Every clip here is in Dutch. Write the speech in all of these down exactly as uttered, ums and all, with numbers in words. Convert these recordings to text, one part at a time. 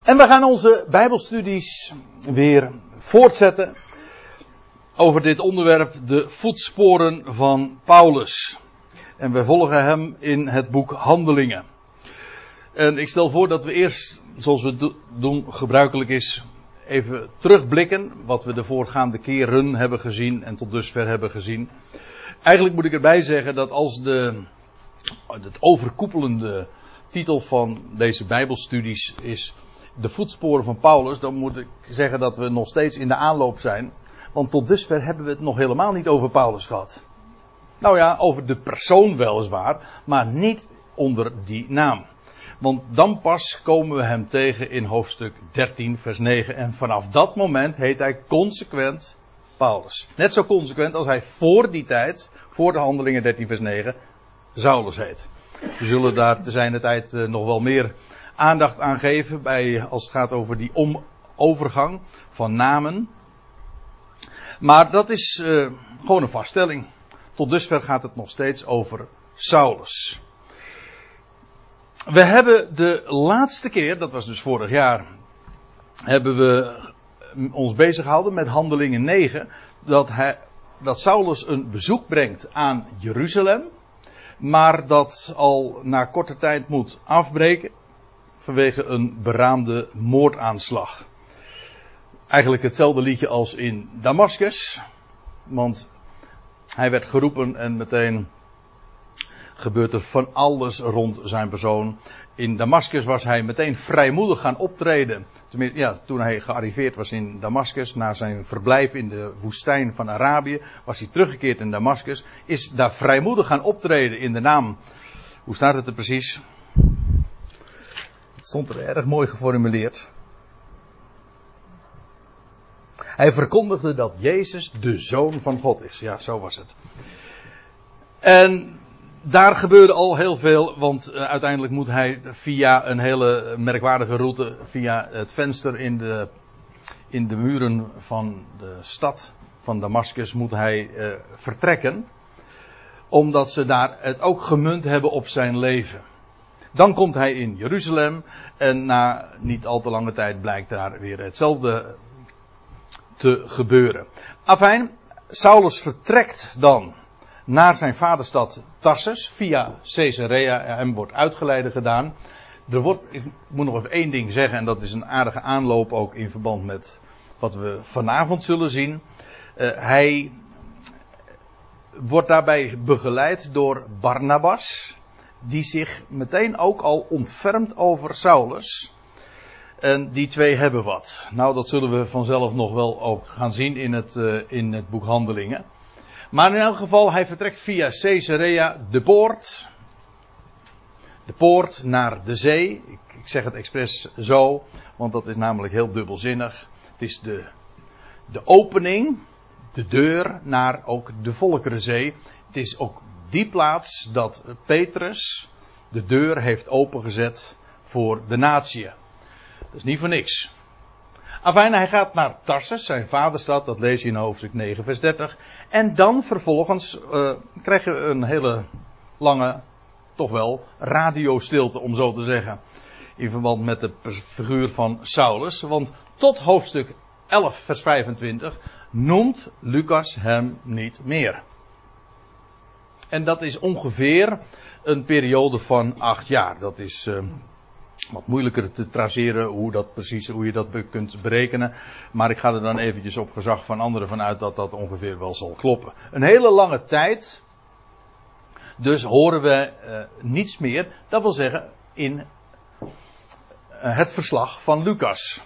En we gaan onze Bijbelstudies weer voortzetten over dit onderwerp, de voetsporen van Paulus. En we volgen hem in het boek Handelingen. En ik stel voor dat we eerst, zoals we do- doen gebruikelijk is, even terugblikken wat we de voorgaande keren hebben gezien en tot dusver hebben gezien. Eigenlijk moet ik erbij zeggen dat als de, het overkoepelende titel van deze Bijbelstudies is de voetsporen van Paulus, dan moet ik zeggen dat we nog steeds in de aanloop zijn. Want tot dusver hebben we het nog helemaal niet over Paulus gehad. Nou ja, over de persoon weliswaar, maar niet onder die naam. Want dan pas komen we hem tegen in hoofdstuk dertien vers negen. En vanaf dat moment heet hij consequent Paulus. Net zo consequent als hij voor die tijd, voor de Handelingen dertien vers negen, Saulus heet. We zullen daar te zijner tijd uh, nog wel meer aandacht aan geven bij, als het gaat over die om, overgang van namen. Maar dat is uh, gewoon een vaststelling. Tot dusver gaat het nog steeds over Saulus. We hebben de laatste keer, dat was dus vorig jaar, hebben we ons bezig gehouden met Handelingen negen. Dat, hij, dat Saulus een bezoek brengt aan Jeruzalem. Maar dat al na korte tijd moet afbreken. Vanwege een beraamde moordaanslag. Eigenlijk hetzelfde liedje als in Damascus. Want hij werd geroepen en meteen gebeurt er van alles rond zijn persoon. In Damascus was hij meteen vrijmoedig gaan optreden. Tenminste, ja, toen hij gearriveerd was in Damascus, na zijn verblijf in de woestijn van Arabië, was hij teruggekeerd in Damascus. Is daar vrijmoedig gaan optreden in de naam. Hoe staat het er precies? Het stond er erg mooi geformuleerd. Hij verkondigde dat Jezus de Zoon van God is. Ja, zo was het. En daar gebeurde al heel veel, want uh, uiteindelijk moet hij via een hele merkwaardige route, via het venster in de, in de muren van de stad van Damascus, moet hij uh, vertrekken. Omdat ze daar het ook gemunt hebben op zijn leven. Dan komt hij in Jeruzalem en na niet al te lange tijd blijkt daar weer hetzelfde te gebeuren. Afijn, Saulus vertrekt dan naar zijn vaderstad Tarsus via Caesarea. Hem wordt uitgeleide gedaan. Er wordt, ik moet nog even één ding zeggen en dat is een aardige aanloop ook in verband met wat we vanavond zullen zien. Uh, hij wordt daarbij begeleid door Barnabas, die zich meteen ook al ontfermt over Saulus. En die twee hebben wat. Nou, dat zullen we vanzelf nog wel ook gaan zien in het, uh, in het boek Handelingen. Maar in elk geval, hij vertrekt via Caesarea, de poort. De poort naar de zee. Ik, ik zeg het expres zo, want dat is namelijk heel dubbelzinnig. Het is de, de opening, de deur naar ook de Volkerenzee. Het is ook die plaats dat Petrus de deur heeft opengezet voor de natieën. Dat is niet voor niks. Afijn, hij gaat naar Tarsus, zijn vaderstad, dat lees je in hoofdstuk negen vers dertig. En dan vervolgens uh, krijg je een hele lange, toch wel, radiostilte om zo te zeggen. In verband met de figuur van Saulus. Want tot hoofdstuk elf vers vijfentwintig noemt Lucas hem niet meer. En dat is ongeveer een periode van acht jaar. Dat is uh, wat moeilijker te traceren hoe dat precies, hoe je dat kunt berekenen. Maar ik ga er dan eventjes op gezag van anderen vanuit dat dat ongeveer wel zal kloppen. Een hele lange tijd. Dus horen we uh, niets meer. Dat wil zeggen in uh, het verslag van Lucas.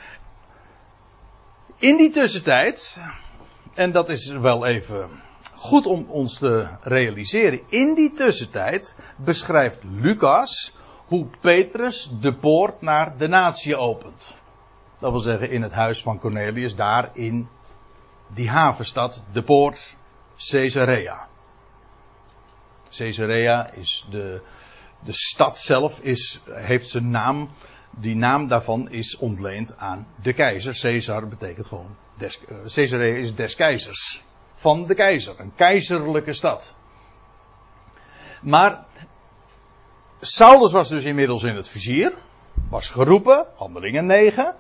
In die tussentijd, en dat is wel even goed om ons te realiseren. In die tussentijd beschrijft Lucas hoe Petrus de poort naar de natie opent. Dat wil zeggen in het huis van Cornelius, daar in die havenstad, de poort Caesarea. Caesarea is de, de stad zelf, is, heeft zijn naam. Die naam daarvan is ontleend aan de keizer. Caesar betekent gewoon, des, uh, Caesarea is des keizers. Van de keizer, een keizerlijke stad. Maar Saulus was dus inmiddels in het vizier. was geroepen, Handelingen negen.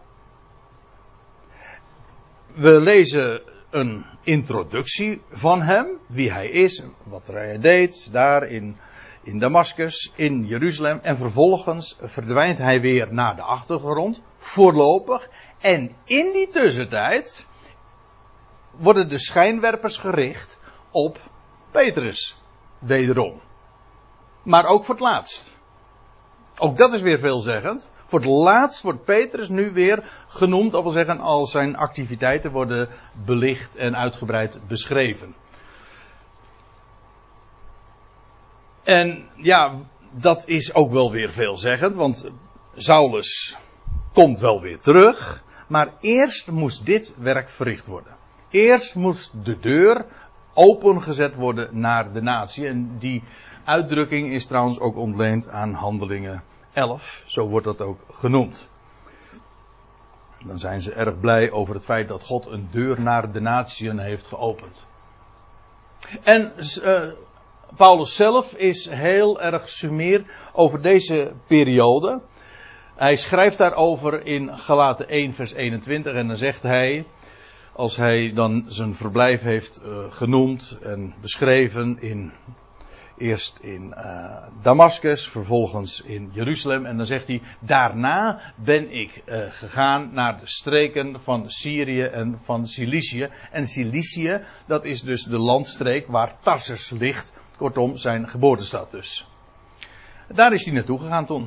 We lezen een introductie van hem, wie hij is, wat hij deed, daar in, in Damascus, in Jeruzalem. En vervolgens verdwijnt hij weer naar de achtergrond, voorlopig. En in die tussentijd worden de schijnwerpers gericht op Petrus, wederom. Maar ook voor het laatst. Ook dat is weer veelzeggend. Voor het laatst wordt Petrus nu weer genoemd, dat wil zeggen als zijn activiteiten worden belicht en uitgebreid beschreven. En ja, dat is ook wel weer veelzeggend, want Saulus komt wel weer terug, maar eerst moest dit werk verricht worden. Eerst moest de deur opengezet worden naar de natie. En die uitdrukking is trouwens ook ontleend aan Handelingen elf. Zo wordt dat ook genoemd. Dan zijn ze erg blij over het feit dat God een deur naar de natieën heeft geopend. En uh, Paulus zelf is heel erg sumier over deze periode. Hij schrijft daarover in Galaten één vers eenentwintig en dan zegt hij, als hij dan zijn verblijf heeft uh, genoemd en beschreven in, eerst in uh, Damascus, vervolgens in Jeruzalem. En dan zegt hij, daarna ben ik uh, gegaan naar de streken van Syrië en van Cilicië. En Cilicië, dat is dus de landstreek waar Tarsus ligt. Kortom, zijn geboortestad dus. Daar is hij naartoe gegaan toen.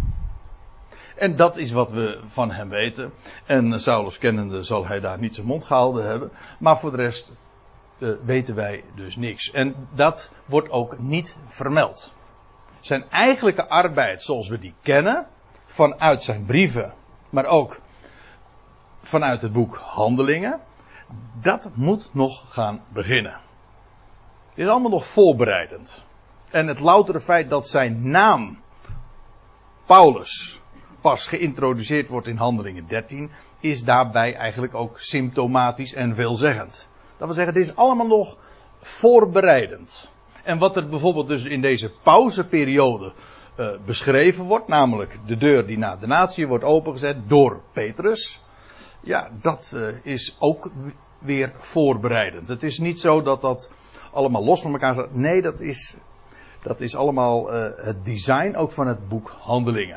En dat is wat we van hem weten. En Saulus kennende zal hij daar niet zijn mond gehouden hebben. Maar voor de rest uh, weten wij dus niks. En dat wordt ook niet vermeld. Zijn eigenlijke arbeid zoals we die kennen, vanuit zijn brieven, maar ook vanuit het boek Handelingen, dat moet nog gaan beginnen. Het is allemaal nog voorbereidend. En het loutere feit dat zijn naam, Paulus, pas geïntroduceerd wordt in Handelingen dertien, is daarbij eigenlijk ook symptomatisch en veelzeggend. Dat wil zeggen, dit is allemaal nog voorbereidend. En wat er bijvoorbeeld dus in deze pauzeperiode uh, beschreven wordt, namelijk de deur die naar de natie wordt opengezet door Petrus, ja, dat uh, is ook weer voorbereidend. Het is niet zo dat dat allemaal los van elkaar staat. Nee, dat is, dat is allemaal uh, het design ook van het boek Handelingen.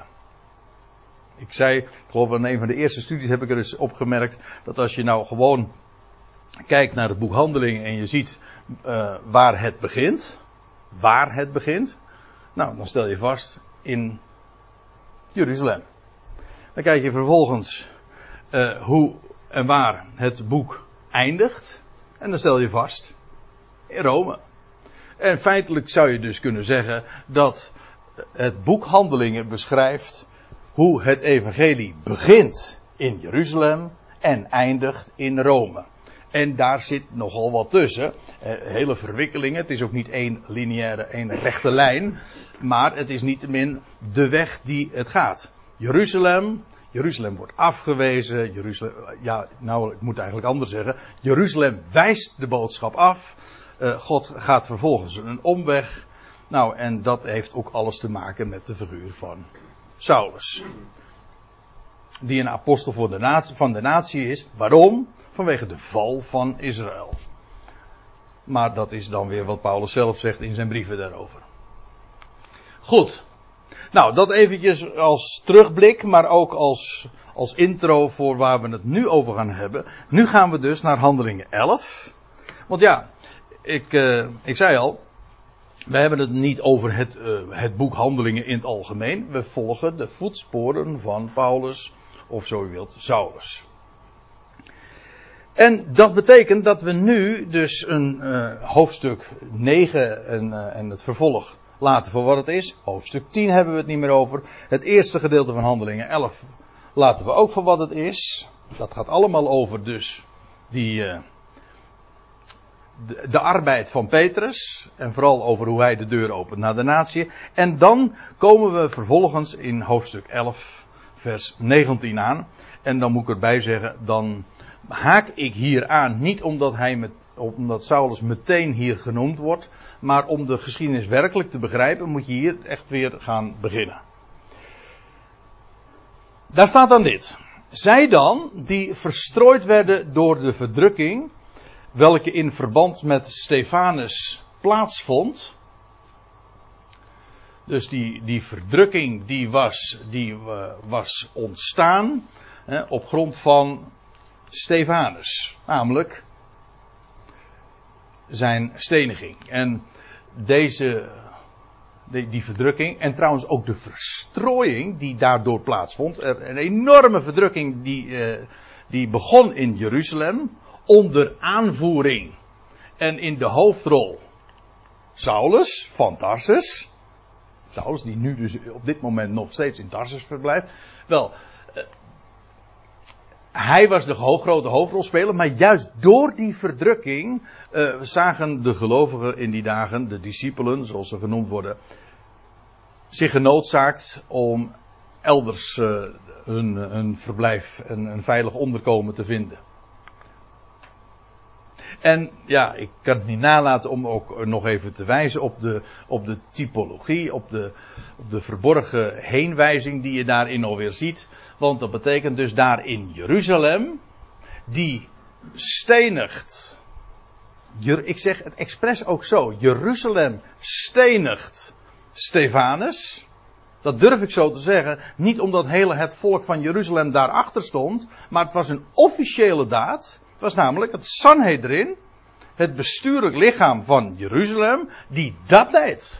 Ik zei, ik geloof in een van de eerste studies heb ik er eens opgemerkt, dat als je nou gewoon kijkt naar het boek Handelingen en je ziet uh, waar het begint, waar het begint, nou dan stel je vast in Jeruzalem. Dan kijk je vervolgens uh, hoe en waar het boek eindigt en dan stel je vast in Rome. En feitelijk zou je dus kunnen zeggen dat het boek Handelingen beschrijft hoe het evangelie begint in Jeruzalem en eindigt in Rome. En daar zit nogal wat tussen. Eh, hele verwikkelingen. Het is ook niet één lineaire, één rechte lijn. Maar het is niettemin de weg die het gaat. Jeruzalem. Jeruzalem wordt afgewezen. Jeruzalem, ja, nou, ik moet eigenlijk anders zeggen. Jeruzalem wijst de boodschap af. Uh, God gaat vervolgens een omweg. Nou, en dat heeft ook alles te maken met de figuur van Saulus. Die een apostel voor de natie, van de natie is. Waarom? Vanwege de val van Israël. Maar dat is dan weer wat Paulus zelf zegt in zijn brieven daarover. Goed. Nou, dat eventjes als terugblik, maar ook als, als intro voor waar we het nu over gaan hebben. Nu gaan we dus naar Handelingen elf. Want ja, ik, uh, ik zei al, we hebben het niet over het, uh, het boek Handelingen in het algemeen. We volgen de voetsporen van Paulus, of zo u wilt, Saulus. En dat betekent dat we nu dus een uh, hoofdstuk negen en, uh, en het vervolg laten voor wat het is. Hoofdstuk tien hebben we het niet meer over. Het eerste gedeelte van Handelingen elf laten we ook voor wat het is. Dat gaat allemaal over dus die... Uh, De, de arbeid van Petrus. En vooral over hoe hij de deur opent naar de natie. En dan komen we vervolgens in hoofdstuk elf vers negentien aan. En dan moet ik erbij zeggen. Dan haak ik hier aan. Niet omdat, hij met, omdat Saulus meteen hier genoemd wordt. Maar om de geschiedenis werkelijk te begrijpen. Moet je hier echt weer gaan beginnen. daar staat dan dit. Zij dan, die verstrooid werden door de verdrukking, welke in verband met Stefanus plaatsvond. Dus die, die verdrukking die was, die, uh, was ontstaan hè, op grond van Stefanus. Namelijk zijn steniging. En deze, die, die verdrukking en trouwens ook de verstrooiing die daardoor plaatsvond. Er, een enorme verdrukking die, uh, die begon in Jeruzalem onder aanvoering. En in de hoofdrol Saulus van Tarsus. Saulus die nu dus op dit moment nog steeds in Tarsus verblijft. Wel, uh, hij was de ho- grote hoofdrolspeler, maar juist door die verdrukking uh, zagen de gelovigen in die dagen, de discipelen zoals ze genoemd worden, zich genoodzaakt om elders uh, hun, hun verblijf en een veilig onderkomen te vinden. En ja, ik kan het niet nalaten om ook nog even te wijzen op de, op de typologie, op de, op de verborgen heenwijzing die je daarin alweer ziet. Want dat betekent dus daar in Jeruzalem, die stenigt. Ik zeg het expres ook zo, Jeruzalem stenigt Stefanus. Dat durf ik zo te zeggen, niet omdat heel het volk van Jeruzalem daarachter stond, maar het was een officiële daad. Het was namelijk het Sanhedrin, het bestuurlijk lichaam van Jeruzalem, die dat deed.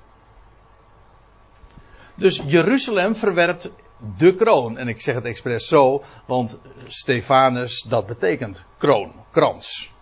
Dus Jeruzalem verwerpt de kroon. En ik zeg het expres zo, want Stefanus, dat betekent kroon, krans.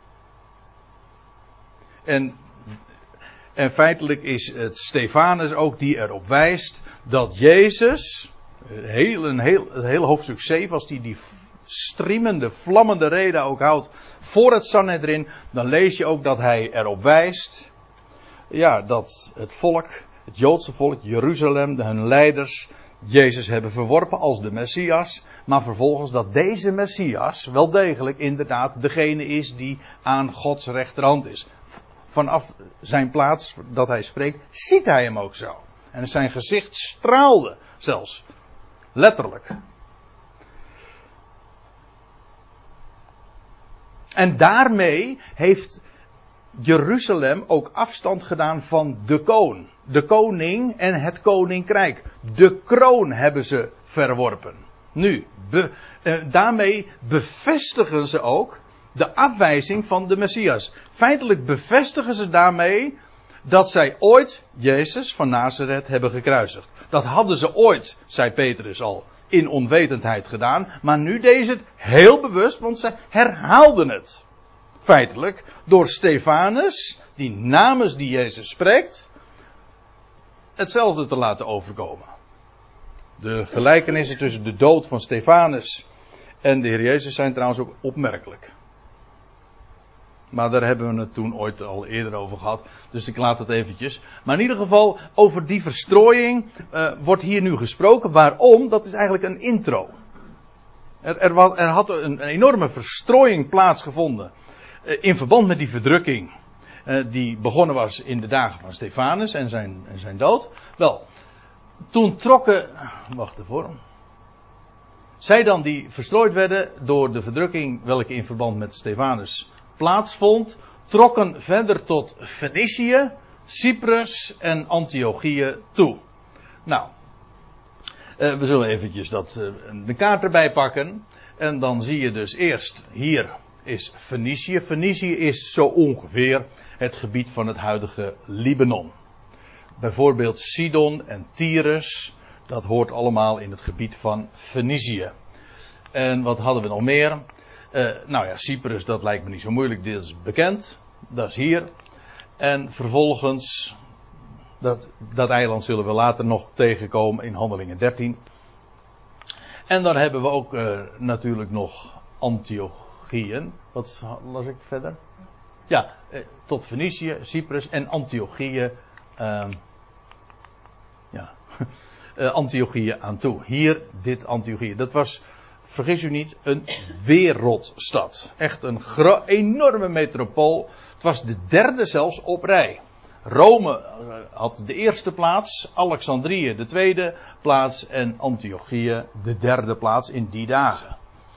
En, en feitelijk is het Stefanus ook die erop wijst dat Jezus, heel, een heel, het hele hoofdstuk zeven, als die die striemende, vlammende reden ook houdt voor het Sanhedrin, dan lees je ook dat hij erop wijst, ja, dat het volk, het Joodse volk, Jeruzalem, hun leiders, Jezus hebben verworpen als de Messias, maar vervolgens dat deze Messias wel degelijk inderdaad degene is die aan Gods rechterhand is. Vanaf zijn plaats dat hij spreekt, ziet hij hem ook zo. En zijn gezicht straalde zelfs, letterlijk. En daarmee heeft Jeruzalem ook afstand gedaan van de koon. De koning en het koninkrijk. De kroon hebben ze verworpen. Nu, be, eh, daarmee bevestigen ze ook de afwijzing van de Messias. Feitelijk bevestigen ze daarmee dat zij ooit Jezus van Nazareth hebben gekruisigd. Dat hadden ze ooit, zei Petrus al, in onwetendheid gedaan. Maar nu deden ze het heel bewust, want ze herhaalden het. Feitelijk, door Stefanus, die namens die Jezus spreekt, hetzelfde te laten overkomen. De gelijkenissen tussen de dood van Stefanus en de Heer Jezus zijn trouwens ook opmerkelijk. Maar daar hebben we het toen ooit al eerder over gehad. Dus ik laat het eventjes. Maar in ieder geval, over die verstrooiing uh, wordt hier nu gesproken. Waarom? Dat is eigenlijk een intro. Er, er, was, er had een, een enorme verstrooiing plaatsgevonden. Uh, in verband met die verdrukking. Uh, die begonnen was in de dagen van Stefanus en zijn, en zijn dood. Wel, toen trokken... Wacht even. Zij dan die verstrooid werden door de verdrukking welke in verband met Stefanus plaatsvond, trokken verder tot Fenicië, Cyprus en Antiochië toe. Nou, uh, we zullen eventjes dat, uh, de kaart erbij pakken. En dan zie je dus eerst, hier is Fenicië. Fenicië is zo ongeveer het gebied van het huidige Libanon. Bijvoorbeeld Sidon en Tyrus, dat hoort allemaal in het gebied van Fenicië. En wat hadden we nog meer? Uh, nou ja, Cyprus, dat lijkt me niet zo moeilijk, dit is bekend. Dat is hier. En vervolgens, dat, dat eiland zullen we later nog tegenkomen in Handelingen dertien. En dan hebben we ook uh, natuurlijk nog Antiochieën. Wat las ik verder? Ja, uh, tot Fenicië, Cyprus en Antiochieën. Uh, ja, uh, Antiochieën aan toe. Hier, dit Antiochieën. Dat was... Vergis u niet, een wereldstad. Echt een gro- enorme metropool. Het was de derde zelfs op rij. Rome had de eerste plaats, Alexandrië de tweede plaats en Antiochië de derde plaats in die dagen.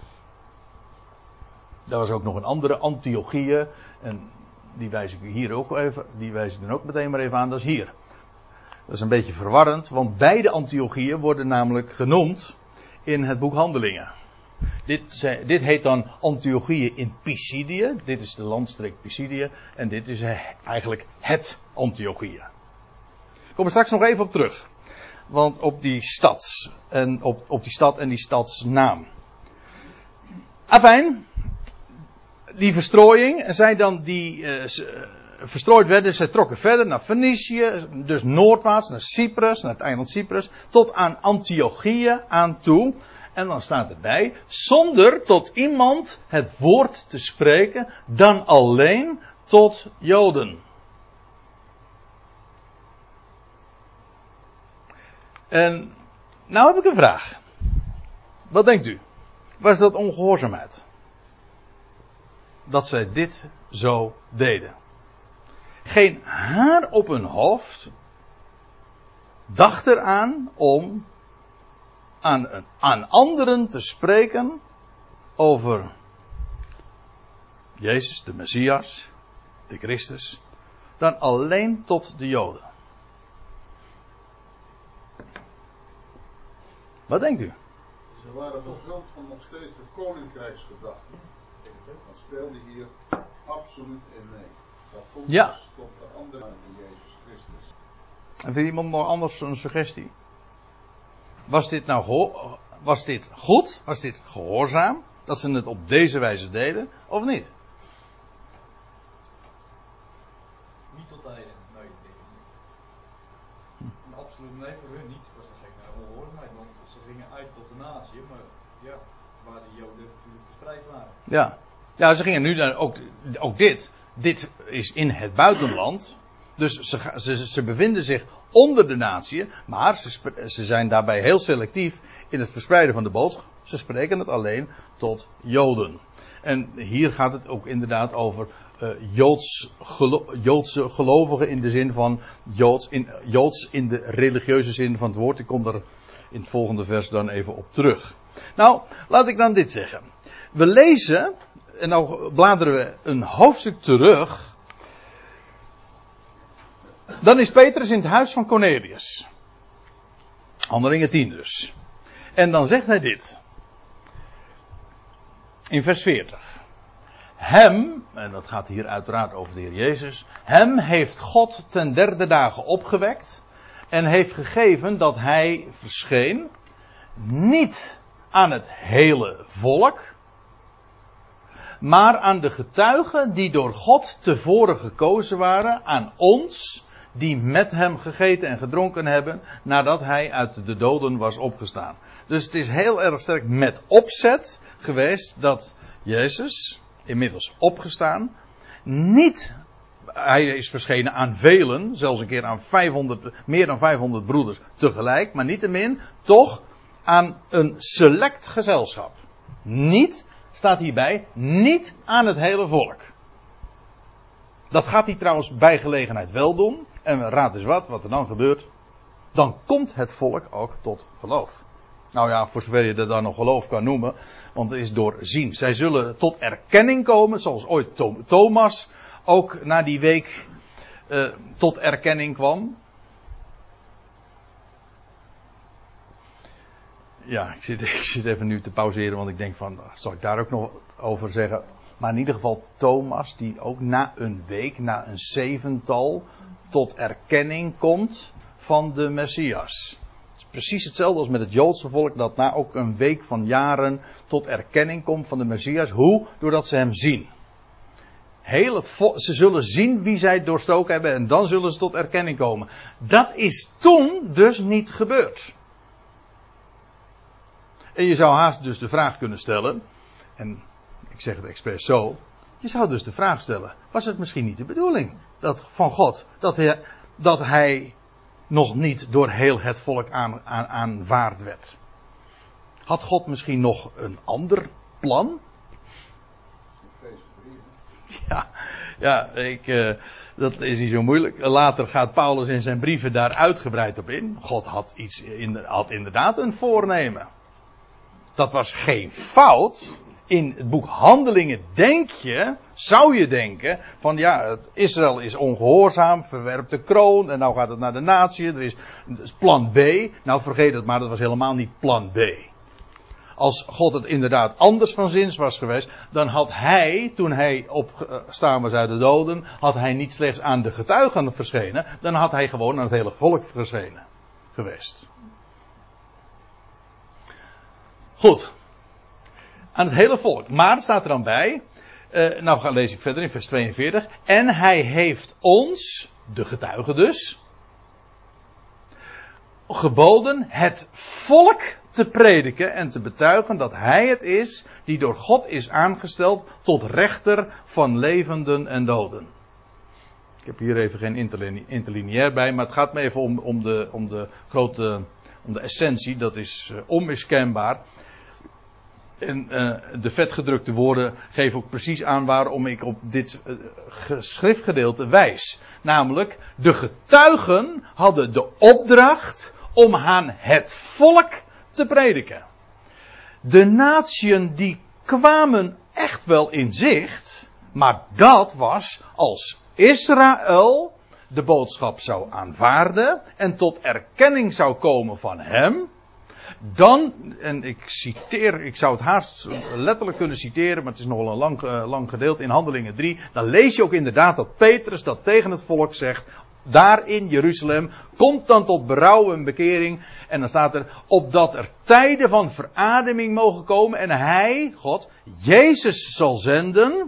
Er was ook nog een andere Antiochië en die wijs ik u hier ook even, die wijs ik dan ook meteen maar even aan, dat is hier. Dat is een beetje verwarrend, want beide Antiochieën worden namelijk genoemd in het boek Handelingen. Dit, dit heet dan Antiochië in Pisidië. Dit is de landstreek Pisidië. En dit is eigenlijk het Antiochië. Ik kom er straks nog even op terug. Want op die stad. En op, op die stad en die stadsnaam. Afijn. Die verstrooiing. Zij dan die uh, verstrooid werden. Zij trokken verder naar Fenicië. Dus noordwaarts naar Cyprus. Naar het eiland Cyprus. Tot aan Antiochië aan toe. En dan staat erbij, zonder tot iemand het woord te spreken, dan alleen tot Joden. En nou heb ik een vraag. Wat denkt u? Was dat ongehoorzaamheid? Dat zij dit zo deden. Geen haar op hun hoofd dacht eraan om Aan, aan anderen te spreken over Jezus, de Messias, de Christus, dan alleen tot de Joden. Wat denkt u? Ze waren vervuld van nog steeds de koninkrijksgedachten. Dat speelde hier absoluut in mee. Dat komt ja. dus tot verandering in Jezus Christus. En vindt iemand nog anders een suggestie? Was dit nou geho- was dit goed? Was dit gehoorzaam? Dat ze het op deze wijze deden? Of niet? Niet tot heden, nee. Hm. Absoluut nee, voor hun niet. Was er geen ongehoorzaamheid, want ze gingen uit tot de natie, maar ja, waar de Joden natuurlijk verspreid waren. Ja, ja ze gingen nu dan ook, ook dit. Dit is in het buitenland. Dus ze, ze, ze bevinden zich onder de natie, maar ze, ze zijn daarbij heel selectief in het verspreiden van de boodschap. Ze spreken het alleen tot Joden. En hier gaat het ook inderdaad over uh, Joods, gelo- Joodse gelovigen in de zin van Joods in, Joods in de religieuze zin van het woord. Ik kom daar in het volgende vers dan even op terug. Nou, laat ik dan dit zeggen. We lezen, en nou bladeren we een hoofdstuk terug. Dan is Petrus in het huis van Cornelius. Handelingen tien dus. En dan zegt hij dit. In vers veertig. Hem, en dat gaat hier uiteraard over de Heer Jezus. Hem heeft God ten derde dagen opgewekt. En heeft gegeven dat hij verscheen. Niet aan het hele volk. Maar aan de getuigen die door God tevoren gekozen waren. Aan ons. Die met hem gegeten en gedronken hebben. Nadat hij uit de doden was opgestaan. Dus het is heel erg sterk met opzet geweest. Dat Jezus, inmiddels opgestaan. Niet, hij is verschenen aan velen. Zelfs een keer aan vijfhonderd, meer dan vijfhonderd broeders tegelijk. Maar niettemin toch aan een select gezelschap. Niet, staat hierbij, niet aan het hele volk. Dat gaat hij trouwens bij gelegenheid wel doen. En raad eens wat, wat er dan gebeurt. Dan komt het volk ook tot geloof. Nou ja, voor zover je dat dan nog geloof kan noemen. Want het is door zien. Zij zullen tot erkenning komen. Zoals ooit Thomas ook na die week uh, tot erkenning kwam. Ja, ik zit, ik zit even nu te pauzeren. Want ik denk van, zal ik daar ook nog over zeggen. Maar in ieder geval Thomas, die ook na een week, na een zevental, tot erkenning komt van de Messias. Het is precies hetzelfde als met het Joodse volk, dat na ook een week van jaren tot erkenning komt van de Messias. Hoe? Doordat ze hem zien. Heel het vo- ze zullen zien wie zij doorstoken hebben en dan zullen ze tot erkenning komen. Dat is toen dus niet gebeurd. En je zou haast dus de vraag kunnen stellen, en ik zeg het expres zo. Je zou dus de vraag stellen. Was het misschien niet de bedoeling dat, van God. Dat hij, dat hij nog niet door heel het volk aan, aan, aanvaard werd. Had God misschien nog een ander plan? Ja, ja ik, uh, Dat is niet zo moeilijk. Later gaat Paulus in zijn brieven daar uitgebreid op in. God had, iets in, had inderdaad een voornemen. Dat was geen fout. In het boek Handelingen denk je, zou je denken, van ja, het Israël is ongehoorzaam, verwerpt de kroon en nou gaat het naar de natie. Er is, er is plan B. Nou vergeet het maar, dat was helemaal niet plan B. Als God het inderdaad anders van zins was geweest, dan had hij, toen hij opgestaan was uit de doden, had hij niet slechts aan de getuigen verschenen, dan had hij gewoon aan het hele volk verschenen geweest. Goed. Aan het hele volk. Maar er staat er dan bij, uh, nou lees ik verder in vers tweeënveertig, en hij heeft ons, de getuigen dus, geboden het volk te prediken en te betuigen dat hij het is die door God is aangesteld tot rechter van levenden en doden. Ik heb hier even geen interlineair bij, maar het gaat me even om, om, de, om de grote, om de essentie, dat is uh, onmiskenbaar. En uh, de vetgedrukte woorden geven ook precies aan waarom ik op dit uh, schriftgedeelte wijs. Namelijk, de getuigen hadden de opdracht om aan het volk te prediken. De natieën die kwamen echt wel in zicht, maar dat was als Israël de boodschap zou aanvaarden en tot erkenning zou komen van hem. Dan, en ik citeer, ik zou het haast letterlijk kunnen citeren, maar het is nogal een lang, uh, lang gedeelte in Handelingen drie. Dan lees je ook inderdaad dat Petrus dat tegen het volk zegt, daar in Jeruzalem, komt dan tot berouw en bekering. En dan staat er, opdat er tijden van verademing mogen komen en hij, God, Jezus zal zenden,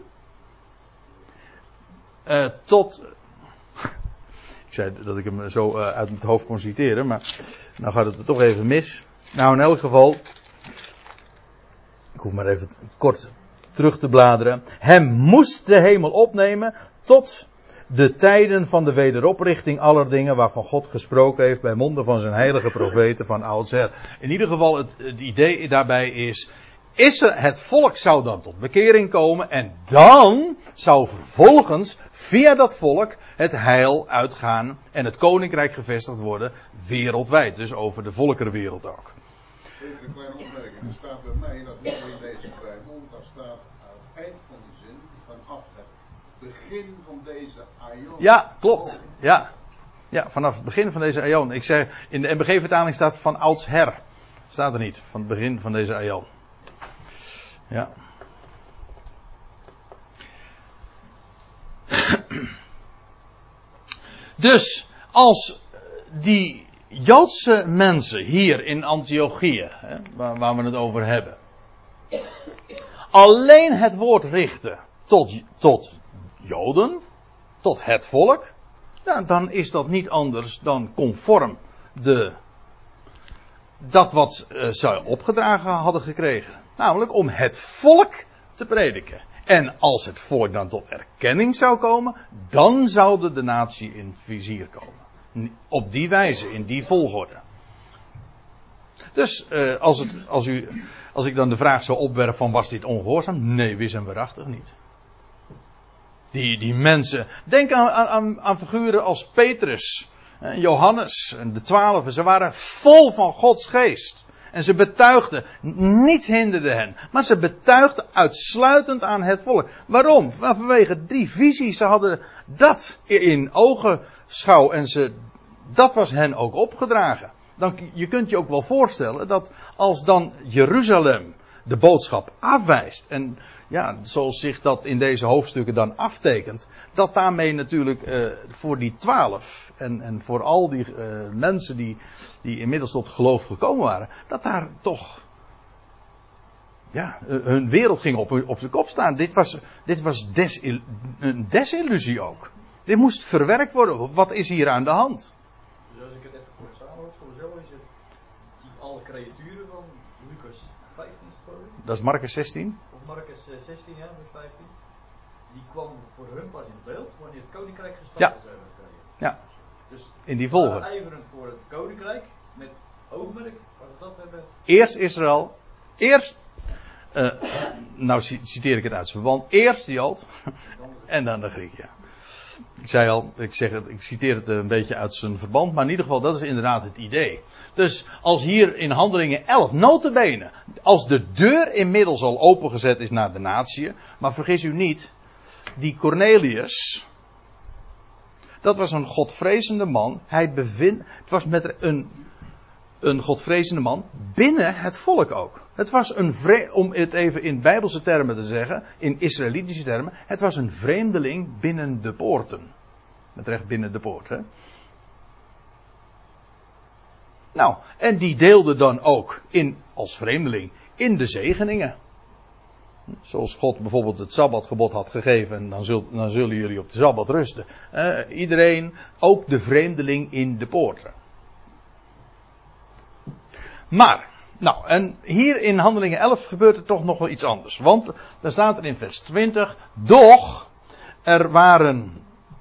uh, tot, ik zei dat ik hem zo uh, uit het hoofd kon citeren, maar nou gaat het er toch even mis. Nou, in elk geval, ik hoef maar even kort terug te bladeren. Hem moest de hemel opnemen tot de tijden van de wederoprichting aller dingen waarvan God gesproken heeft bij monden van zijn heilige profeten van oudsher. In ieder geval, het, het idee daarbij is, is er, het volk zou dan tot bekering komen en dan zou vervolgens via dat volk het heil uitgaan en het koninkrijk gevestigd worden wereldwijd. Dus over de volkerenwereld ook. Even een kleine opmerking. Er staat bij mij, dat is niet in deze Bijbel, daar staat aan het eind van de zin, vanaf het begin van deze aion. Ja, klopt. Ja. Ja, vanaf het begin van deze aion. Ik zeg, in de M B G-vertaling staat van oudsher. Staat er niet, van het begin van deze aion. Ja. Dus, als die Joodse mensen hier in Antiochië, hè, waar, waar we het over hebben, alleen het woord richten tot, tot Joden, tot het volk, nou, dan is dat niet anders dan conform de, dat wat uh, zij opgedragen hadden gekregen. Namelijk om het volk te prediken. En als het volk dan tot erkenning zou komen, dan zou de natie in het vizier komen. Op die wijze, in die volgorde. Dus uh, als, het, als, u, als ik dan de vraag zou opwerpen van was dit ongehoorzaam? Nee, wis en waarachtig niet. Die, die mensen, denk aan, aan, aan figuren als Petrus, en Johannes en de twaalfen. Ze waren vol van Gods geest. En ze betuigden, niets hinderde hen. Maar ze betuigden uitsluitend aan het volk. Waarom? Vanwege die visies. Ze hadden dat in ogenschouw. En ze, dat was hen ook opgedragen. Dan, je kunt je ook wel voorstellen dat als dan Jeruzalem de boodschap afwijst. En ja, zoals zich dat in deze hoofdstukken dan aftekent. Dat daarmee natuurlijk uh, voor die twaalf en, en voor al die uh, mensen die, die inmiddels tot geloof gekomen waren. Dat daar toch ja, hun wereld ging op, op zijn kop staan. Dit was, dit was desil, een desillusie ook. Dit moest verwerkt worden. Wat is hier aan de hand? Dus als ik het even kort samenvat, sowieso is het die alle creaturen van Lucas vijftien gesproken. Dat is Marcus zestien. Of Marcus zestien, ja, vers vijftien. Die kwam voor hun pas in beeld wanneer het koninkrijk gestart ja. is hebben gekregen. Ja. Dus in die volgorde. ijverend voor het koninkrijk met oogmerk, als we dat hebben. Eerst Israël, eerst, uh, nou citeer ik het uit zijn verband, eerst de Jood en dan de Griek, ja. Ik zei al, ik, zeg het, ik citeer het een beetje uit zijn verband, maar in ieder geval, dat is inderdaad het idee. Dus als hier in Handelingen elf, nota bene, als de deur inmiddels al opengezet is naar de natieën, maar vergis u niet, die Cornelius, dat was een godvrezende man. Hij bevindt, het was met een, een godvrezende man binnen het volk ook. Het was een vre, om het even in bijbelse termen te zeggen, in Israëlitische termen, het was een vreemdeling binnen de poorten. Met recht binnen de poort, hè. Nou, en die deelde dan ook in, als vreemdeling in de zegeningen. Zoals God bijvoorbeeld het Sabbatgebod had gegeven, en dan, zul, dan zullen jullie op de Sabbat rusten. Uh, iedereen, ook de vreemdeling in de poorten. Maar, nou, en hier in Handelingen elf gebeurt er toch nog wel iets anders. Want, daar staat er in vers twintig, doch er waren,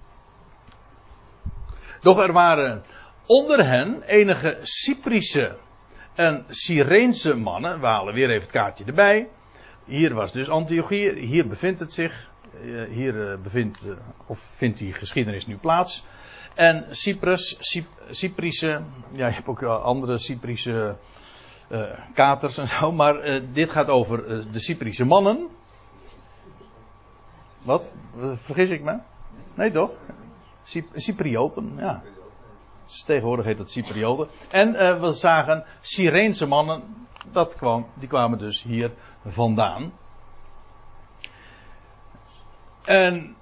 doch er waren onder hen enige Cyprische en Cyreense mannen, we halen weer even het kaartje erbij. Hier was dus Antiochië, hier bevindt het zich, hier bevindt, of vindt die geschiedenis nu plaats. En Cyprus, Cyprische, ja, je hebt ook andere Cyprische uh, katers en zo, maar uh, dit gaat over uh, de Cyprische mannen. Wat? Vergis ik me? Nee toch? Cyp- Cyprioten, ja. Dus tegenwoordig heet dat Cyprioten. En uh, we zagen Cyreense mannen, dat kwam, die kwamen dus hier vandaan. En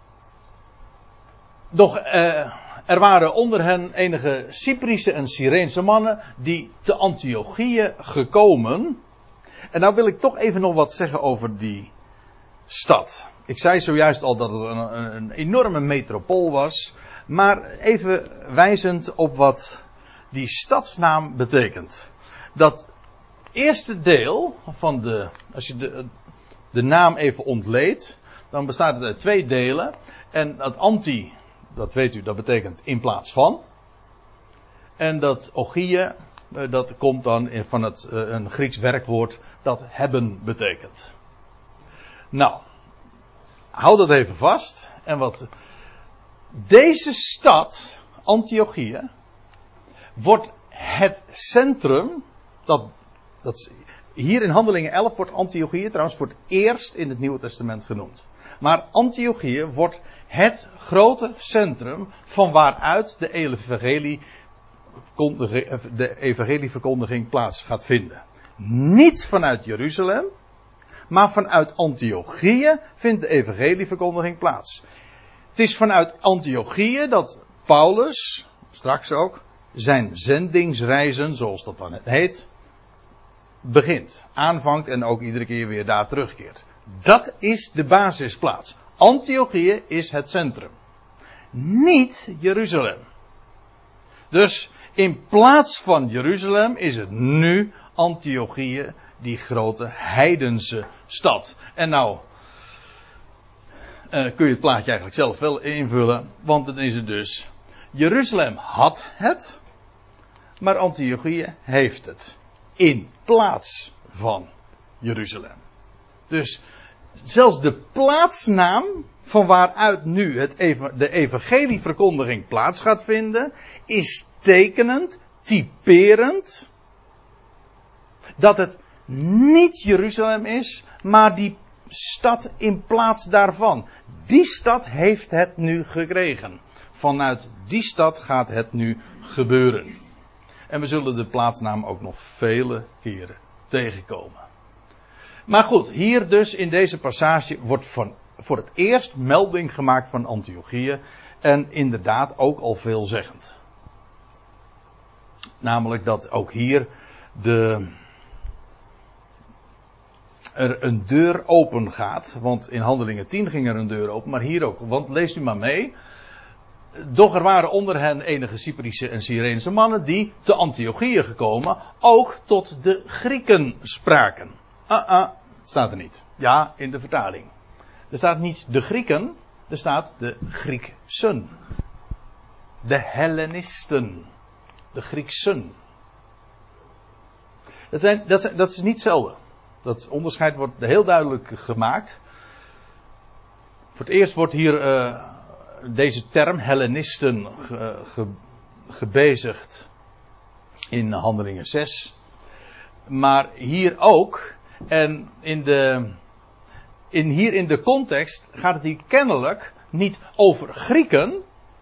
doch uh, er waren onder hen enige Cyprische en Cyreense mannen die te Antiochië gekomen. En nou wil ik toch even nog wat zeggen over die stad. Ik zei zojuist al dat het een, een enorme metropool was. Maar even wijzend op wat die stadsnaam betekent. Dat eerste deel van de, als je de, de naam even ontleedt, dan bestaat het uit twee delen. En dat anti, dat weet u, dat betekent in plaats van. En dat ogie, dat komt dan van het, een Grieks werkwoord dat hebben betekent. Nou, hou dat even vast. En wat deze stad, Antiochië, wordt het centrum, dat, dat hier in Handelingen elf wordt Antiochië trouwens voor het eerst in het Nieuwe Testament genoemd. Maar Antiochië wordt het grote centrum van waaruit de evangelie, de evangelieverkondiging plaats gaat vinden. Niet vanuit Jeruzalem, maar vanuit Antiochië vindt de evangelieverkondiging plaats. Het is vanuit Antiochië dat Paulus, straks ook, zijn zendingsreizen, zoals dat dan heet, begint. Aanvangt en ook iedere keer weer daar terugkeert. Dat is de basisplaats. Antiochië is het centrum. Niet Jeruzalem. Dus in plaats van Jeruzalem is het nu Antiochië, die grote heidense stad. En nou uh, kun je het plaatje eigenlijk zelf wel invullen, want dan is het dus: Jeruzalem had het, maar Antiochië heeft het. In plaats van Jeruzalem. Dus zelfs de plaatsnaam van waaruit nu het eva- de evangelieverkondiging plaats gaat vinden, is tekenend, typerend, dat het niet Jeruzalem is, maar die stad in plaats daarvan. Die stad heeft het nu gekregen. Vanuit die stad gaat het nu gebeuren. En we zullen de plaatsnaam ook nog vele keren tegenkomen. Maar goed, hier dus in deze passage wordt van, voor het eerst melding gemaakt van Antiochië. En inderdaad ook al veelzeggend. Namelijk dat ook hier de, er een deur open gaat. Want in Handelingen tien ging er een deur open, maar hier ook. Want lees u maar mee. Doch er waren onder hen enige Cyprische en Cyreense mannen die te Antiochië gekomen ook tot de Grieken spraken. Ah, ah, staat er niet. Ja, in de vertaling. Er staat niet de Grieken, er staat de Grieksen. De Hellenisten. De Grieksen. Dat, zijn, dat, zijn, dat is niet zelden. Dat onderscheid wordt heel duidelijk gemaakt. Voor het eerst wordt hier uh, deze term, Hellenisten, ge, ge, gebezigd in Handelingen zes. Maar hier ook. En in de, in, hier in de context gaat het hier kennelijk niet over Grieken.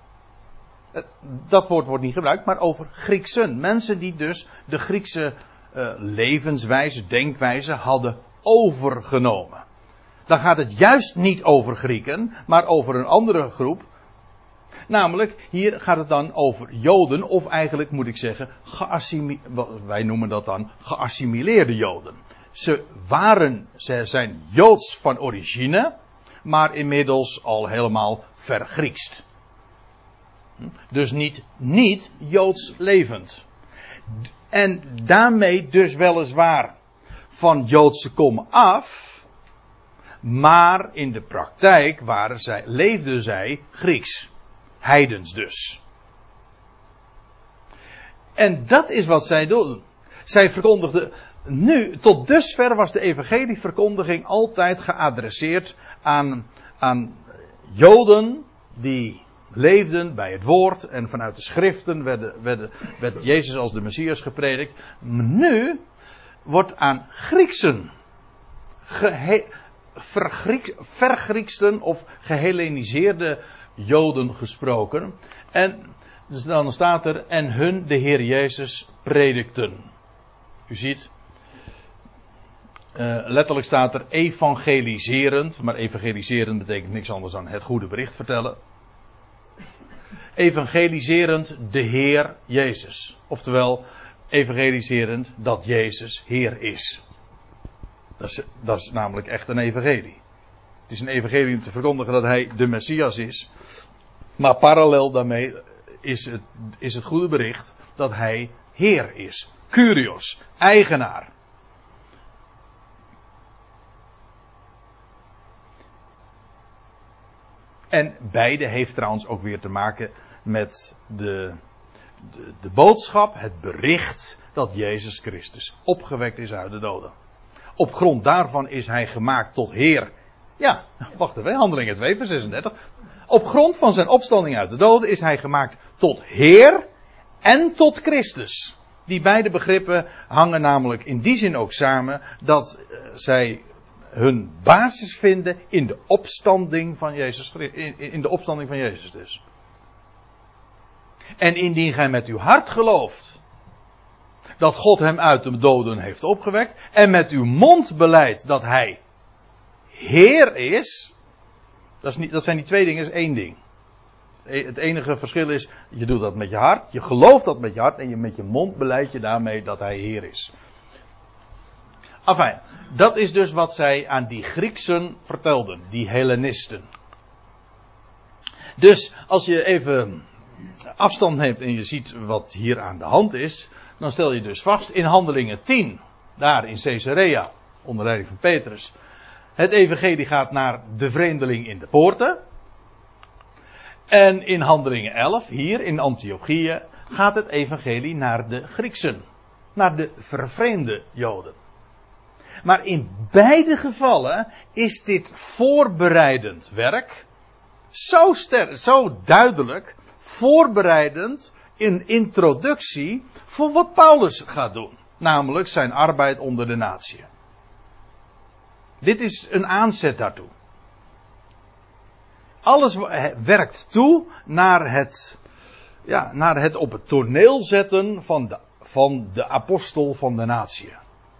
Dat woord wordt niet gebruikt, maar over Grieksen. Mensen die dus de Griekse uh, levenswijze, denkwijze hadden overgenomen. Dan gaat het juist niet over Grieken, maar over een andere groep. Namelijk, hier gaat het dan over Joden, of eigenlijk moet ik zeggen, geassimi- wij noemen dat dan geassimileerde Joden. Ze waren, ze zijn Joods van origine, maar inmiddels al helemaal vergriekst. Dus niet, niet Joods levend. En daarmee dus weliswaar van Joodse kom af, maar in de praktijk waren zij, leefden zij Grieks. Heidens dus. En dat is wat zij doen. Zij verkondigden, nu, tot dusver was de evangelieverkondiging altijd geadresseerd aan, aan Joden die leefden bij het woord en vanuit de schriften werd, werd, werd Jezus als de Messias gepredikt. Maar nu wordt aan Grieksen, gehe, vergriek, vergrieksten of gehelleniseerde Joden gesproken. En dus dan staat er, en hun de Heer Jezus predikten. U ziet, uh, letterlijk staat er evangeliserend, maar evangeliserend betekent niks anders dan het goede bericht vertellen. Evangeliserend de Heer Jezus. Oftewel, evangeliserend dat Jezus Heer is. Dat is, dat is namelijk echt een evangelie. Het is een evangelie om te verkondigen dat hij de Messias is. Maar parallel daarmee is het, is het goede bericht dat hij Heer is. Kyrios, eigenaar. En beide heeft trouwens ook weer te maken met de, de, de boodschap, het bericht dat Jezus Christus opgewekt is uit de doden. Op grond daarvan is hij gemaakt tot Heer. Ja, wacht even, Handelingen twee vers zesendertig. Op grond van zijn opstanding uit de doden is hij gemaakt tot Heer en tot Christus. Die beide begrippen hangen namelijk in die zin ook samen dat uh, zij hun basis vinden in de opstanding van Jezus, in, in de opstanding van Jezus dus. En indien gij met uw hart gelooft dat God hem uit de doden heeft opgewekt en met uw mond beleidt dat hij Heer is, dat, is niet, dat zijn die twee dingen, is één ding. Het enige verschil is, je doet dat met je hart, je gelooft dat met je hart en je met je mond beleidt je daarmee dat hij Heer is. Enfin, dat is dus wat zij aan die Grieksen vertelden, die Hellenisten. Dus als je even afstand neemt en je ziet wat hier aan de hand is, dan stel je dus vast in Handelingen tien, daar in Caesarea, onder leiding van Petrus, het evangelie gaat naar de vreemdeling in de poorten. En in Handelingen elf, hier in Antiochië, gaat het evangelie naar de Grieksen, naar de vervreemde Joden. Maar in beide gevallen is dit voorbereidend werk zo sterk, zo duidelijk, voorbereidend in introductie voor wat Paulus gaat doen. Namelijk zijn arbeid onder de natieën. Dit is een aanzet daartoe. Alles werkt toe naar het, ja, naar het op het toneel zetten van de, van de apostel van de natieën.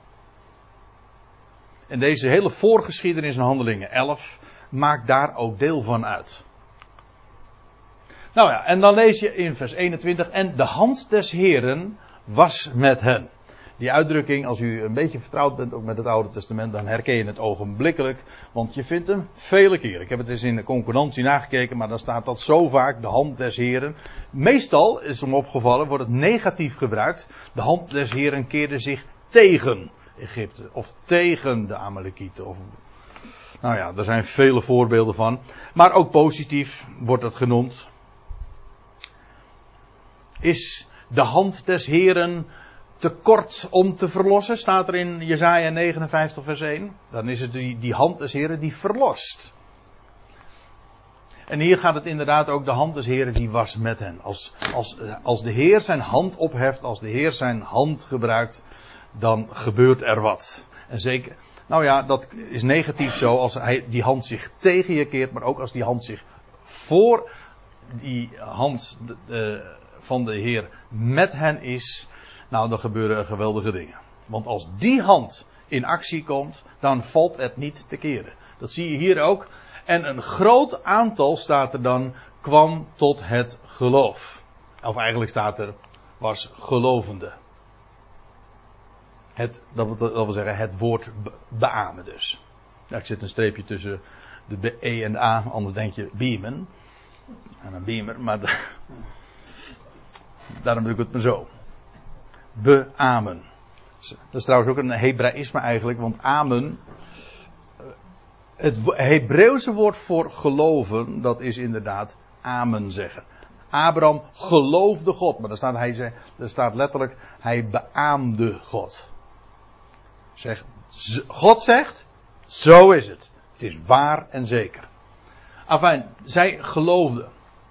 En deze hele voorgeschiedenis in Handelingen elf maakt daar ook deel van uit. Nou ja, en dan lees je in vers eenentwintig, en de hand des Heeren was met hen. Die uitdrukking, als u een beetje vertrouwd bent ook met het Oude Testament, dan herken je het ogenblikkelijk, want je vindt hem vele keren. Ik heb het eens in de concordantie nagekeken, maar dan staat dat zo vaak, de hand des Heeren. Meestal, is hem opgevallen, wordt het negatief gebruikt. De hand des Heeren keerde zich tegen Egypte, of tegen de Amalekieten. Of, nou ja, er zijn vele voorbeelden van. Maar ook positief wordt dat genoemd. Is de hand des Heeren te kort om te verlossen, staat er in Jesaja negenenvijftig vers één. Dan is het die, die hand des Heeren die verlost. En hier gaat het inderdaad ook, de hand des Heeren die was met hen. Als, als, als de Heer zijn hand opheft, als de Heer zijn hand gebruikt, dan gebeurt er wat. En zeker, nou ja, dat is negatief zo als hij, die hand zich tegen je keert, maar ook als die hand zich voor die hand de, de, van de Heer met hen is, nou dan gebeuren er geweldige dingen. Want als die hand in actie komt, dan valt het niet te keren. Dat zie je hier ook. En een groot aantal, staat er dan, kwam tot het geloof. Of eigenlijk staat er, was gelovende. Het, dat, wil, dat wil zeggen, het woord be- beamen dus. Ja, ik zet een streepje tussen de E en de A, anders denk je beamen. En een beamer, maar de, daarom doe ik het maar zo. Beamen. Dat is trouwens ook een Hebraïsme eigenlijk, want amen. Het Hebreeuwse woord voor geloven, dat is inderdaad amen zeggen. Abraham geloofde God, maar daar staat, hij, daar staat letterlijk, hij beaamde God. Zeg, God zegt, zo is het. Het is waar en zeker. Afijn, zij geloofden.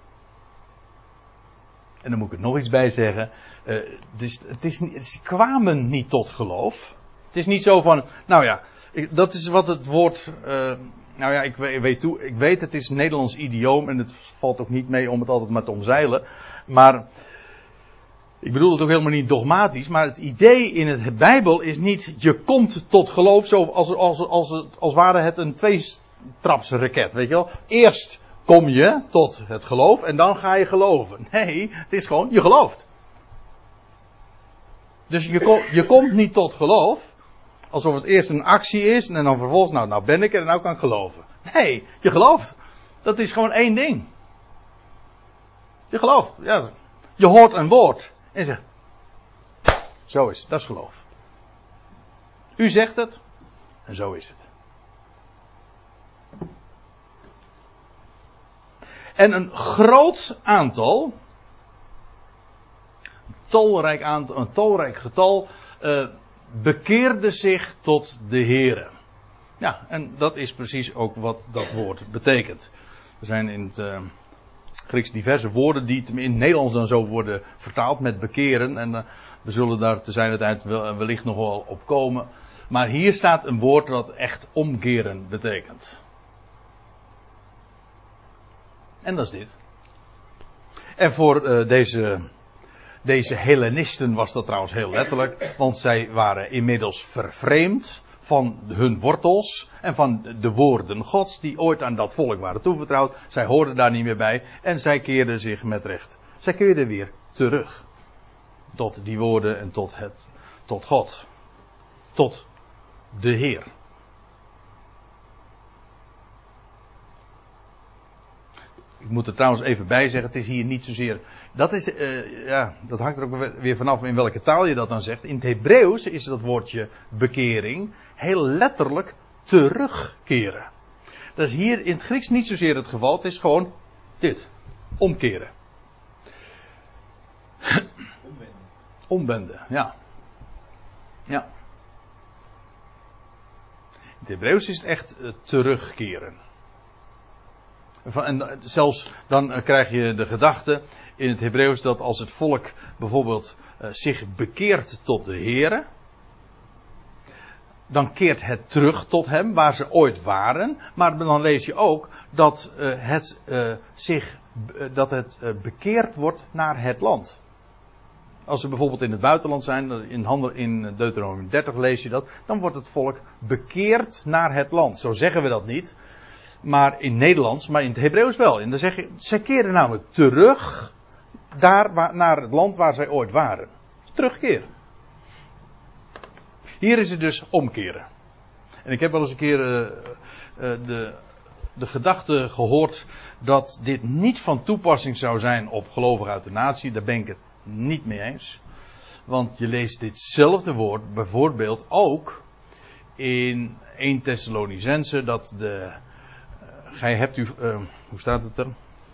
En dan moet ik er nog iets bij zeggen. Uh, het is, het is niet, ze kwamen niet tot geloof. Het is niet zo van, nou ja, ik, dat is wat het woord, uh, nou ja, ik weet, weet toe, ik weet het is een Nederlands idioom en het valt ook niet mee om het altijd maar te omzeilen. Maar ik bedoel het ook helemaal niet dogmatisch, maar het idee in het Bijbel is niet, je komt tot geloof, zo als, als, als, als, als ware het een tweetrapsraket, weet je wel. Eerst kom je tot het geloof en dan ga je geloven. Nee, het is gewoon, je gelooft. Dus je, kom, je komt niet tot geloof, alsof het eerst een actie is en dan vervolgens, nou, nou ben ik er en nou kan ik geloven. Nee, je gelooft. Dat is gewoon één ding. Je gelooft, ja. Je hoort een woord en je zegt, zo is het, dat is geloof. U zegt het en zo is het. En een groot aantal, een talrijk, aantal, een talrijk getal, uh, bekeerde zich tot de Heere. Ja, en dat is precies ook wat dat woord betekent. Er zijn in het uh, Grieks diverse woorden die in het Nederlands dan zo worden vertaald met bekeren. En uh, we zullen daar te zijn tijd wellicht nog wel op komen. Maar hier staat een woord dat echt omkeren betekent. En dat is dit. En voor uh, deze, deze Hellenisten was dat trouwens heel letterlijk. Want zij waren inmiddels vervreemd van hun wortels. En van de woorden Gods die ooit aan dat volk waren toevertrouwd. Zij hoorden daar niet meer bij. En zij keerden zich met recht. Zij keerden weer terug. Tot die woorden en tot, het, tot God. Tot de Heer. Ik moet er trouwens even bij zeggen, het is hier niet zozeer, dat is, uh, ja, dat hangt er ook weer vanaf in welke taal je dat dan zegt. In het Hebreeuws is dat woordje bekering heel letterlijk terugkeren. Dat is hier in het Grieks niet zozeer het geval, het is gewoon dit, omkeren. Omwenden. Omwenden, ja. Ja. In het Hebreeuws is het echt uh, terugkeren. En zelfs dan krijg je de gedachte in het Hebreeuws dat als het volk bijvoorbeeld uh, zich bekeert tot de Heere, dan keert het terug tot hem waar ze ooit waren. Maar dan lees je ook dat uh, het uh, zich uh, dat het uh, bekeerd wordt naar het land. Als ze bijvoorbeeld in het buitenland zijn, in, handel, in Deuteronomium dertig lees je dat, dan wordt het volk bekeerd naar het land. Zo zeggen we dat niet. Maar in Nederlands, maar in het Hebreeuws wel. En dan zeg je, zij keren namelijk terug daar waar, naar het land waar zij ooit waren. Terugkeren. Hier is het dus omkeren. En ik heb wel eens een keer uh, uh, de, de gedachte gehoord dat dit niet van toepassing zou zijn op gelovigen uit de natie. Daar ben ik het niet mee eens. Want je leest ditzelfde woord bijvoorbeeld ook in Eerste Thessalonicenzen dat de... Gij hebt u, uh, hoe staat het er?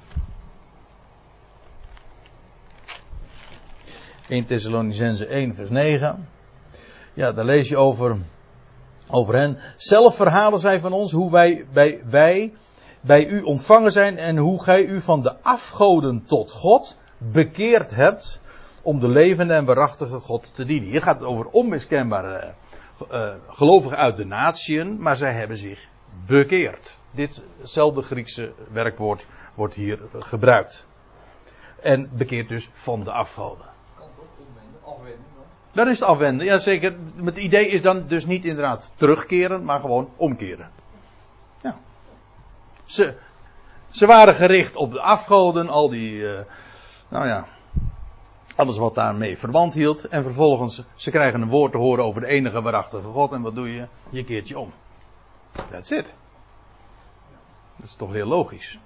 Eerste Thessalonicenzen één vers negen. Ja, daar lees je over, over hen. Zelf verhalen zij van ons hoe wij, bij, wij bij u ontvangen zijn en hoe gij u van de afgoden tot God bekeerd hebt om de levende en waarachtige God te dienen. Hier gaat het over onmiskenbare uh, gelovigen uit de natieën, maar zij hebben zich bekeerd. Ditzelfde Griekse werkwoord wordt hier gebruikt. En bekeerd dus van de afgoden. Kan toch omwenden, afwenden dan? Dan is het afwenden, ja zeker. Het idee is dan dus niet inderdaad terugkeren, maar gewoon omkeren. Ja. Ze, ze waren gericht op de afgoden, al die, uh, nou ja, alles wat daarmee verwant hield. En vervolgens, ze krijgen een woord te horen over de enige waarachtige God. En wat doe je? Je keert je om. That's it. Dat is toch heel logisch.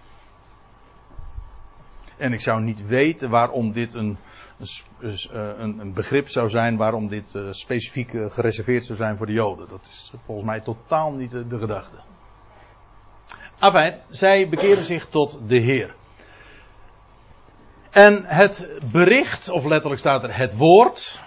En ik zou niet weten waarom dit een, een, een begrip zou zijn, waarom dit specifiek gereserveerd zou zijn voor de Joden. Dat is volgens mij totaal niet de, de gedachte. Afijn, zij bekeren zich tot de Heer. En het bericht, of letterlijk staat er het woord,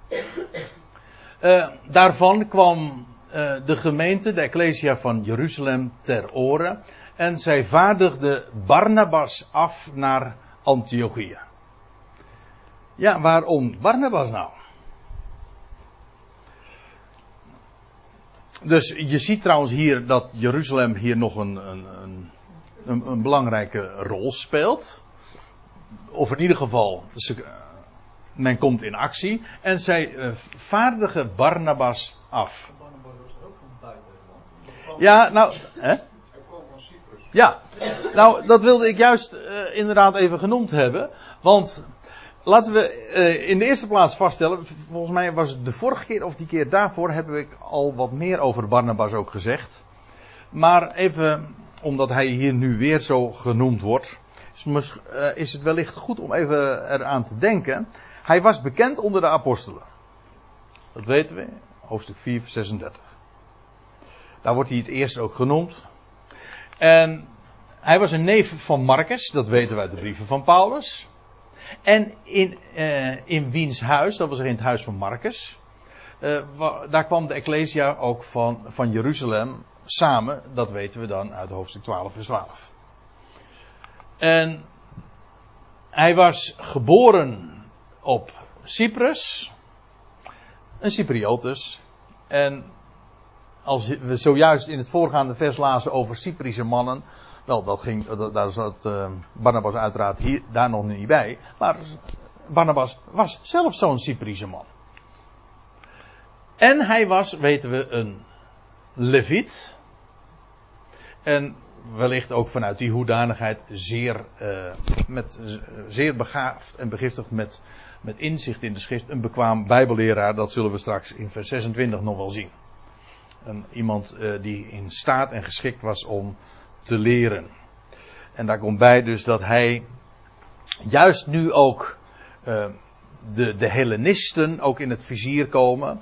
uh, daarvan kwam uh, de gemeente, de Ecclesia van Jeruzalem, ter oren. En zij vaardigde Barnabas af naar Antiochië. Ja, waarom Barnabas nou? Dus je ziet trouwens hier dat Jeruzalem hier nog een, een, een, een belangrijke rol speelt. Of in ieder geval, ze, men komt in actie. En zij uh, vaardigen Barnabas af. Barnabas was er ook van buiten. Ja, nou... Hè? Hij kwam van Cyprus. Ja, nou dat wilde ik juist uh, inderdaad even genoemd hebben. Want laten we uh, in de eerste plaats vaststellen. Volgens mij was het de vorige keer of die keer daarvoor heb ik al wat meer over Barnabas ook gezegd. Maar even, omdat hij hier nu weer zo genoemd wordt, is, uh, is het wellicht goed om even eraan te denken. Hij was bekend onder de apostelen. Dat weten we, hoofdstuk vier, vers zesendertig. Daar wordt hij het eerst ook genoemd. En hij was een neef van Marcus, dat weten we uit de brieven van Paulus. En in, uh, in wiens huis, dat was er in het huis van Marcus, uh, wa, daar kwam de Ecclesia ook van, van Jeruzalem samen, dat weten we dan uit hoofdstuk twaalf vers twaalf. En hij was geboren op Cyprus, een Cypriotus, en als we zojuist in het voorgaande vers lazen over Cyprische mannen, wel, dat ging, dat, daar zat uh, Barnabas uiteraard hier, daar nog niet bij. Maar Barnabas was zelf zo'n Cyprische man. En hij was, weten we, een Leviet. En wellicht ook vanuit die hoedanigheid zeer, uh, met, uh, zeer begaafd en begiftigd met, met inzicht in de schrift. Een bekwaam bijbelleraar, dat zullen we straks in vers zesentwintig nog wel zien. En iemand uh, die in staat en geschikt was om te leren. En daar komt bij dus dat hij juist nu ook uh, de, de Hellenisten ook in het vizier komen.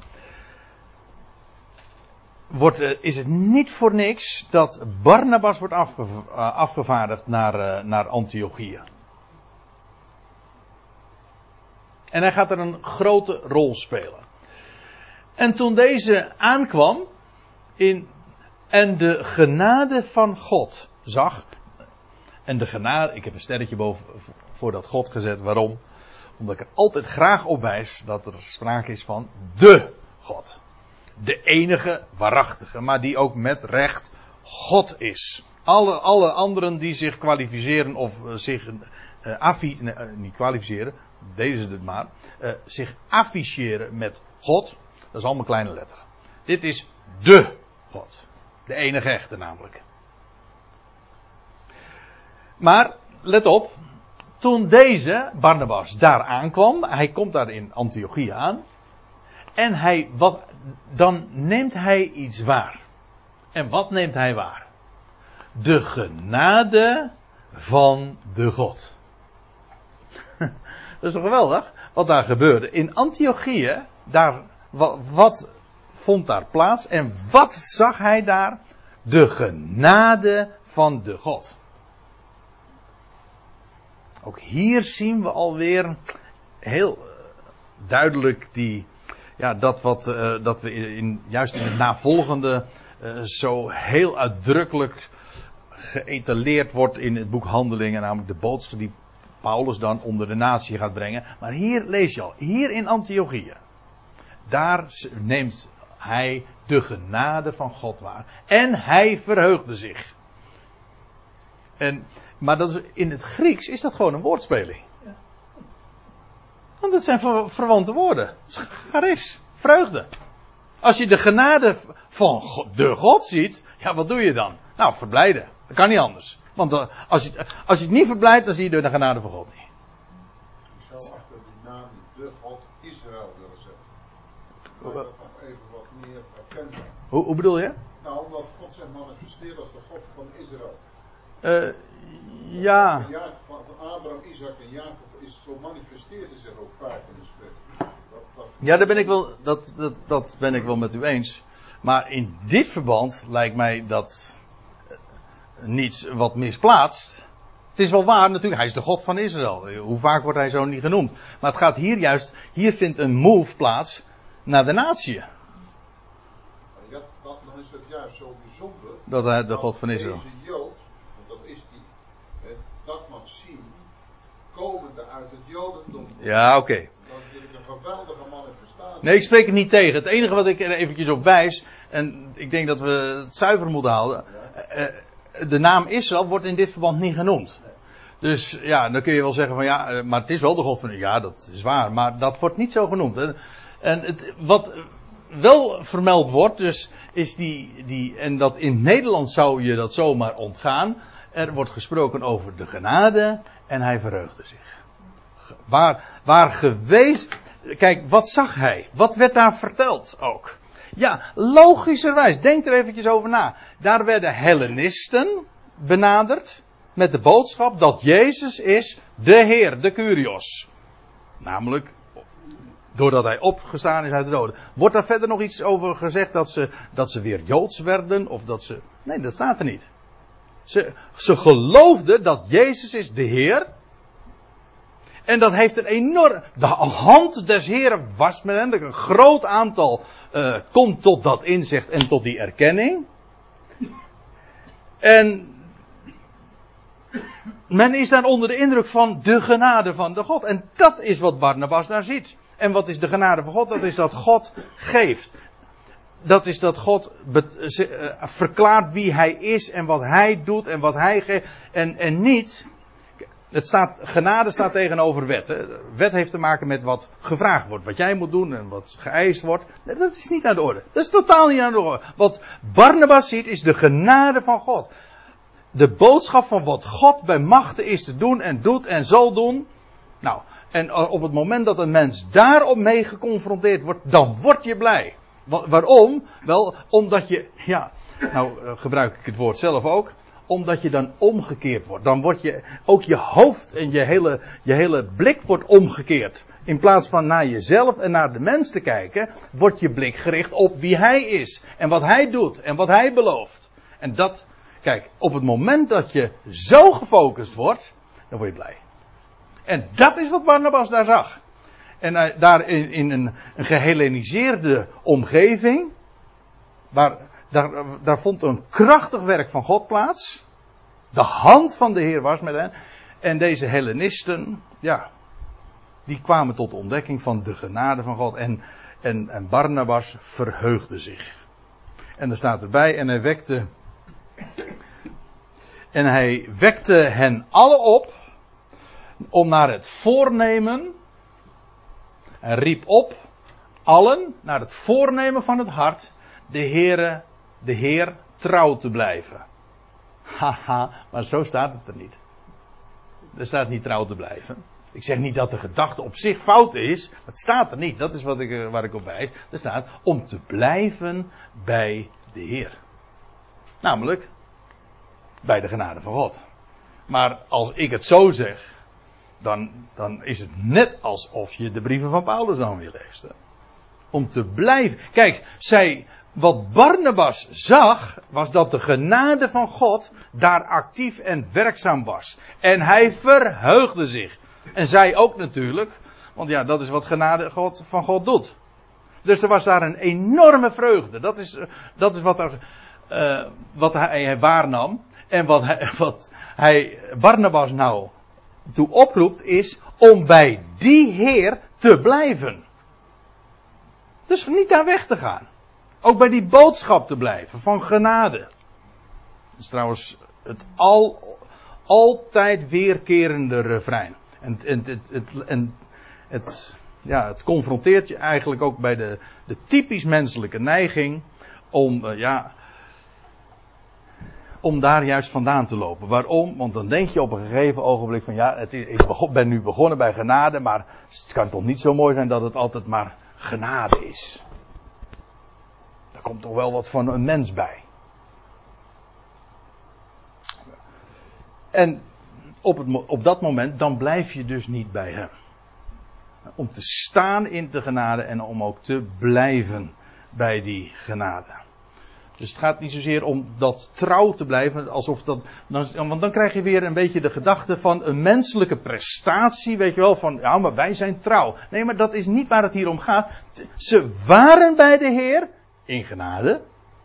Wordt, uh, is het niet voor niks dat Barnabas wordt afge, uh, afgevaardigd naar, uh, naar Antiochië. En hij gaat er een grote rol spelen. En toen deze aankwam in en de genade van God zag. En de genade, ik heb een sterretje boven voor dat God gezet. Waarom? Omdat ik er altijd graag op wijs dat er sprake is van de God. De enige waarachtige, maar die ook met recht God is. Alle, alle anderen die zich kwalificeren of uh, zich uh, affi, nee, uh, niet kwalificeren, deden ze het maar, uh, zich afficheren met God, dat is allemaal kleine letteren. Dit is de God. De enige echte namelijk. Maar, let op. Toen deze, Barnabas, daar aankwam. Hij komt daar in Antiochië aan. En hij, wat, dan neemt hij iets waar. En wat neemt hij waar? De genade van de God. Dat is toch geweldig? Wat daar gebeurde. In Antiochië, daar, wat, wat vond daar plaats? En wat zag hij daar? De genade van de God. Ook hier zien we alweer heel duidelijk die, ja, dat wat uh, dat we in, juist in het navolgende uh, zo heel uitdrukkelijk geëtaleerd wordt in het boek Handelingen, namelijk de boodschap die Paulus dan onder de natie gaat brengen. Maar hier lees je al, hier in Antiochië, daar neemt hij de genade van God waar. En hij verheugde zich. En, maar dat is, in het Grieks is dat gewoon een woordspeling. Want dat zijn ver, verwante woorden. Charis, vreugde. Als je de genade van God, de God ziet, ja, wat doe je dan? Nou, verblijden. Dat kan niet anders. Want uh, als, je, als je het niet verblijdt, dan zie je de genade van God niet. Ik zou achter die naam de God Israël willen zetten. Maar dat nog even wat meer herkenbaar. Hoe, hoe bedoel je? Nou, omdat God zich manifesteert als de God van Israël. Uh, ja. Van, Jacob, van Abraham, Isaac en Jacob is, zo manifesteert hij zich ook vaak in de schrift. Dat, dat ja, daar ben ik wel, dat, dat, dat ben ik wel met u eens. Maar in dit verband lijkt mij dat niets wat misplaatst. Het is wel waar natuurlijk, hij is de God van Israël. Hoe vaak wordt hij zo niet genoemd? Maar het gaat hier juist, hier vindt een move plaats naar de natie. Ja, dat, dan is het juist zo bijzonder. Dat hij de God van Israël. Deze Jood, want dat is die, hè, dat mag zien, komende uit het Jodendom. Ja, oké. Okay. Dat is natuurlijk een geweldige manifestatie. Nee, ik spreek het niet tegen. Het enige wat ik er eventjes op wijs, en ik denk dat we het zuiver moeten houden. Ja. De naam Israël wordt in dit verband niet genoemd. Dus ja, dan kun je wel zeggen van ja, maar het is wel de God van... Ja, dat is waar, maar dat wordt niet zo genoemd. En het, wat wel vermeld wordt, dus is die, die... En dat in Nederland zou je dat zomaar ontgaan. Er wordt gesproken over de genade en hij verheugde zich. Waar, waar geweest... Kijk, wat zag hij? Wat werd daar verteld ook? Ja, logischerwijs, denk er eventjes over na. Daar werden Hellenisten benaderd met de boodschap dat Jezus is de Heer, de Kyrios. Namelijk, doordat hij opgestaan is uit de doden. Wordt daar verder nog iets over gezegd dat ze, dat ze weer Joods werden? Of dat ze... Nee, dat staat er niet. Ze, ze geloofden dat Jezus is de Heer. En dat heeft een enorm... De hand des Heren was met hen. Een groot aantal uh, komt tot dat inzicht en tot die erkenning. En men is dan onder de indruk van de genade van de God. En dat is wat Barnabas daar ziet. En wat is de genade van God? Dat is dat God geeft. Dat is dat God be- uh, verklaart wie hij is en wat hij doet en wat hij geeft. En, en niet... Het staat, genade staat tegenover wet. Hè. Wet heeft te maken met wat gevraagd wordt. Wat jij moet doen en wat geëist wordt. Dat is niet aan de orde. Dat is totaal niet aan de orde. Wat Barnabas ziet is de genade van God. De boodschap van wat God bij machten is te doen en doet en zal doen. Nou, en op het moment dat een mens daarop mee geconfronteerd wordt, dan word je blij. Waarom? Wel, omdat je, ja, nou gebruik ik het woord zelf ook. Omdat je dan omgekeerd wordt. Dan wordt je, ook je hoofd en je hele, je hele blik wordt omgekeerd. In plaats van naar jezelf en naar de mens te kijken, wordt je blik gericht op wie hij is. En wat hij doet en wat hij belooft. En dat, kijk, op het moment dat je zo gefocust wordt, dan word je blij. En dat is wat Barnabas daar zag. En uh, daar in, in een, een gehelleniseerde omgeving, waar... Daar, daar vond een krachtig werk van God plaats. De hand van de Heer was met hen. En deze Hellenisten, ja, die kwamen tot de ontdekking van de genade van God. En, en, en Barnabas verheugde zich. En er staat erbij, en hij wekte, en hij wekte hen alle op, om naar het voornemen, en riep op, allen, naar het voornemen van het hart, de Heere, de Heer trouw te blijven. Haha, maar zo staat het er niet. Er staat niet trouw te blijven. Ik zeg niet dat de gedachte op zich fout is. Het staat er niet. Dat is wat ik, waar ik op wijs. Er staat om te blijven bij de Heer. Namelijk bij de genade van God. Maar als ik het zo zeg, dan, dan is het net alsof je de brieven van Paulus dan weer leest. Hè? Om te blijven. Kijk, zij... Wat Barnabas zag, was dat de genade van God daar actief en werkzaam was. En hij verheugde zich. En zij ook natuurlijk, want ja, dat is wat genade God, van God doet. Dus er was daar een enorme vreugde. Dat is, dat is wat, er, uh, wat hij waarnam. En wat hij, wat hij Barnabas nou toe oproept is om bij die Heer te blijven. Dus niet daar weg te gaan. Ook bij die boodschap te blijven van genade. Dat is trouwens het al, altijd weerkerende refrein. En, en, het, het, en het, ja, het confronteert je eigenlijk ook bij de, de typisch menselijke neiging om, uh, ja, om daar juist vandaan te lopen. Waarom? Want dan denk je op een gegeven ogenblik van ja, het is, ik ben nu begonnen bij genade, maar het kan toch niet zo mooi zijn dat het altijd maar genade is. Daar komt toch wel wat van een mens bij. En op, het, op dat moment, dan blijf je dus niet bij hem. Om te staan in de genade en om ook te blijven bij die genade. Dus het gaat niet zozeer om dat trouw te blijven, alsof dat, dan, want dan krijg je weer een beetje de gedachte van een menselijke prestatie, weet je wel, van ja, maar wij zijn trouw. Nee, maar dat is niet waar het hier om gaat. Ze waren bij de Heer in genade.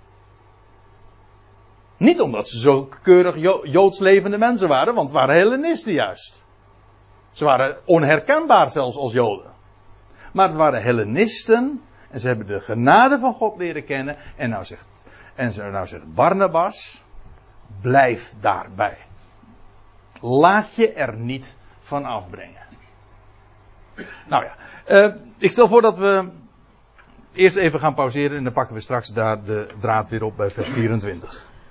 Niet omdat ze zo keurig jo- Joods levende mensen waren, want het waren Hellenisten juist. Ze waren onherkenbaar zelfs als Joden. Maar het waren Hellenisten en ze hebben de genade van God leren kennen. En nou zegt, en nou zegt Barnabas, blijf daarbij. Laat je er niet van afbrengen. Nou ja, uh, ik stel voor dat we eerst even gaan pauzeren en dan pakken we straks daar de draad weer op bij vers vierentwintig.